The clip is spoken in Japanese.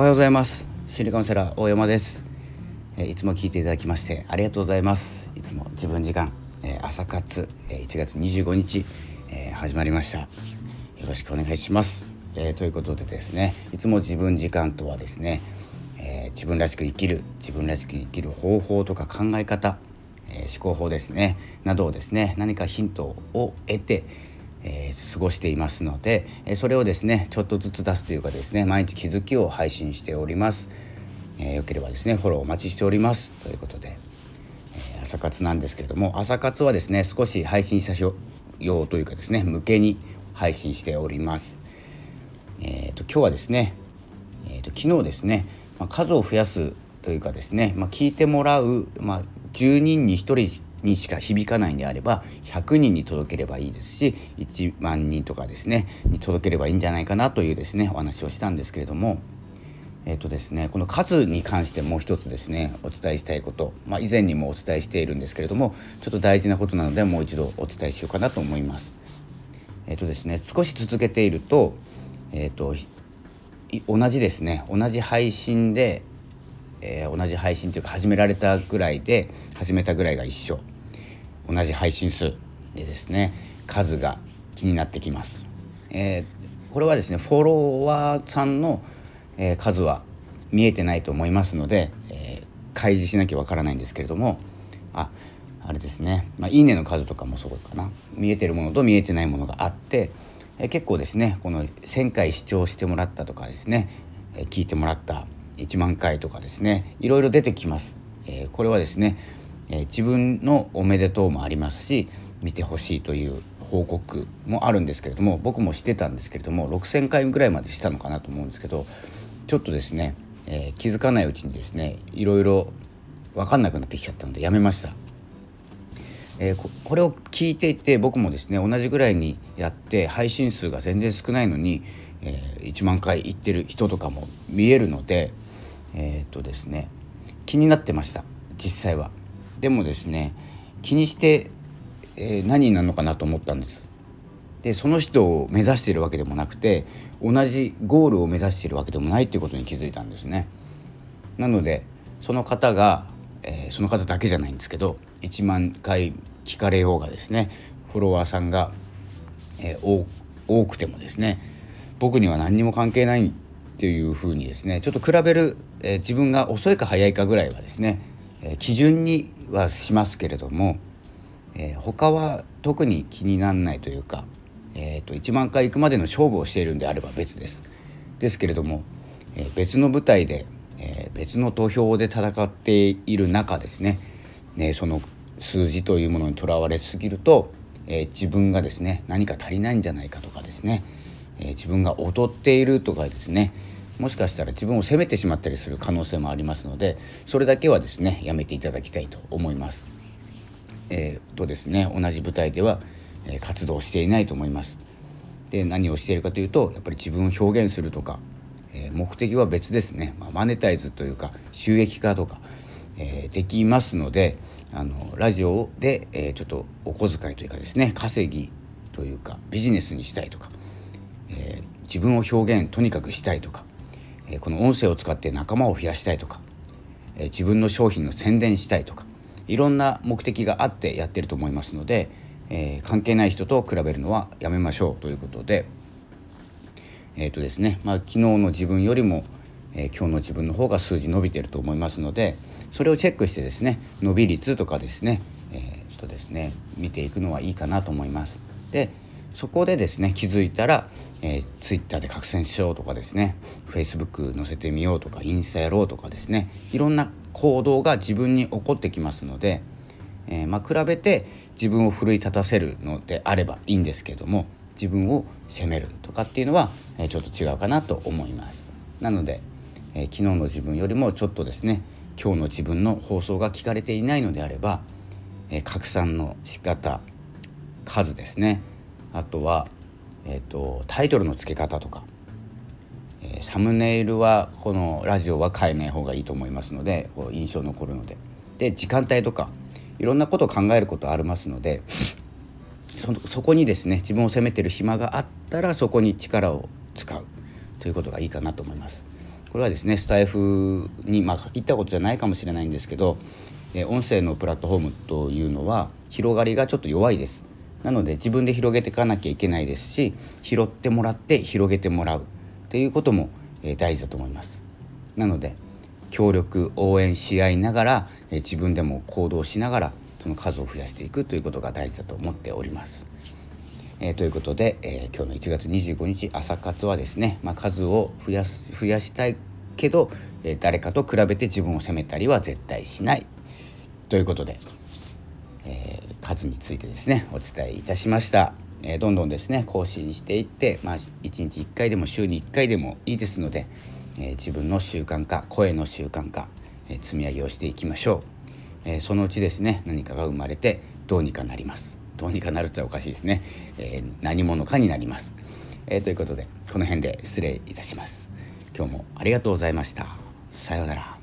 ようございます。心理カウンセラー大山です。いつも聞いていただきましてありがとうございます。いつも自分時間、朝活、1月25日、始まりました。よろしくお願いします。ということでですね、いつも自分時間とはですね、自分らしく生きる方法とか考え方、思考法ですねなどをですね、何かヒントを得て過ごしていますので、それをですねちょっとずつ出すというかですね、毎日気づきを配信しております。よければですねフォローお待ちしておりますということで、朝活なんですけれども、朝活はですね少し配信者用というかですね向けに配信しております。今日はですね、昨日ですね、数を増やすというかですね、聞いてもらう、10人に1人にしか響かないんであれば100人に届ければいいですし、1万人とかですねに届ければいいんじゃないかなというですねお話をしたんですけれども、ですね、この数に関してもう一つですねお伝えしたいこと、以前にもお伝えしているんですけれども、ちょっと大事なことなのでもう一度お伝えしようかなと思います。ですね、少し続けていると、同じですね同じ配信で、同じ配信というか始めたぐらいが一緒、同じ配信数でですね数が気になってきます。これはですねフォロワーさんの、数は見えてないと思いますので、開示しなきゃわからないんですけれども、あれですね、いいねの数とかもそうかな、見えてるものと見えてないものがあって、結構ですねこの1000回視聴してもらったとかですね、聞いてもらった1万回とかですね、いろいろ出てきます。これはですね、自分のおめでとうもありますし、見てほしいという報告もあるんですけれども、僕もしてたんですけれども6000回ぐらいまでしたのかなと思うんですけど、ちょっとですね、気づかないうちにですねいろいろ分かんなくなってきちゃったのでやめました。これを聞いていて僕もですね同じぐらいにやって配信数が全然少ないのに、1万回いってる人とかも見えるので、ですね気になってました、実際は。でもですね気にして、何になるのかなと思ったんです。でその人を目指しているわけでもなくて、同じゴールを目指しているわけでもないということに気づいたんですね。なのでその方が、その方だけじゃないんですけど、1万回聞かれようがですね、フォロワーさんが、多くてもですね、僕には何にも関係ないっていうふうにですねちょっと比べる、自分が遅いか早いかぐらいはですね、基準にはしますけれども、他は特に気にならないというか、1万回行くまでの勝負をしているんであれば別ですけれども、別の舞台で、別の投票で戦っている中ですね、その数字というものにとらわれすぎると、自分がですね何か足りないんじゃないかとかですね、自分が劣っているとかですね、もしかしたら自分を責めてしまったりする可能性もありますので、それだけはですねやめていただきたいと思います。ですね同じ舞台では、活動していないと思います。で何をしているかというと、やっぱり自分を表現するとか、目的は別ですね、マネタイズというか収益化とか、できますので、ラジオで、ちょっとお小遣いというかですね稼ぎというかビジネスにしたいとか、自分を表現とにかくしたいとか、この音声を使って仲間を増やしたいとか、自分の商品の宣伝したいとか、いろんな目的があってやってると思いますので、関係ない人と比べるのはやめましょうということで、ですね、昨日の自分よりも、今日の自分の方が数字伸びていると思いますので、それをチェックしてですね伸び率とかですね、ですね見ていくのはいいかなと思います。でそこでですね気づいたら、Twitter で拡散しようとかですね、 Facebook 載せてみようとか、インスタやろうとかですね、いろんな行動が自分に起こってきますので、比べて自分を奮い立たせるのであればいいんですけども、自分を責めるとかっていうのは、ちょっと違うかなと思います。なので、昨日の自分よりもちょっとですね今日の自分の放送が聞かれていないのであれば、拡散の仕方、数ですね、あとは、タイトルの付け方とか、サムネイルはこのラジオは変えない方がいいと思いますので、こう印象残るので、で時間帯とかいろんなことを考えることありますので、そこにですね自分を責めてる暇があったらそこに力を使うということがいいかなと思います。 これはですねスタイフに行ったことじゃないかもしれないんですけど、音声のプラットフォームというのは広がりがちょっと弱いです。なので自分で広げていかなきゃいけないですし、拾ってもらって広げてもらうっていうことも大事だと思います。なので協力応援し合いながら、自分でも行動しながらその数を増やしていくということが大事だと思っております。ということで、今日の1月25日朝活はですね、数を増やしたいけど、誰かと比べて自分を責めたりは絶対しないということで、数についてですねお伝えいたしました。どんどんですね更新していって、1日1回でも週に1回でもいいですので、自分の習慣化、声の習慣化、積み上げをしていきましょう。そのうちですね何かが生まれてどうにかなります。どうにかなるっておかしいですね、何者かになります。ということでこの辺で失礼いたします。今日もありがとうございました。さようなら。